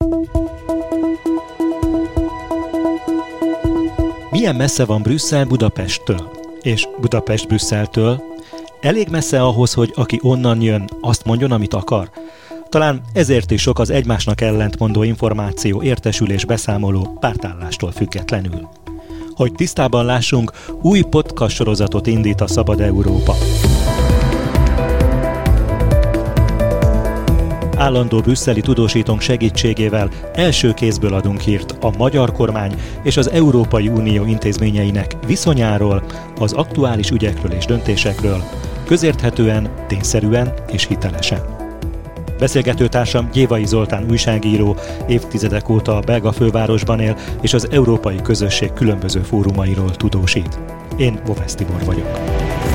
Milyen messze van Brüsszel Budapesttől? És Budapest Brüsszeltől? Elég messze ahhoz, hogy aki onnan jön, azt mondjon, amit akar? Talán ezért is sok az egymásnak ellentmondó információ, értesülés, beszámoló pártállástól függetlenül. Hogy tisztában lássunk, új podcast sorozatot indít a Szabad Európa. Állandó brüsszeli tudósítónk segítségével első kézből adunk hírt a magyar kormány és az Európai Unió intézményeinek viszonyáról, az aktuális ügyekről és döntésekről, közérthetően, tényszerűen és hitelesen. Beszélgetőtársam Gyévai Zoltán újságíró, évtizedek óta a belga fővárosban él, és az európai közösség különböző fórumairól tudósít. Én Bovesz Tibor vagyok.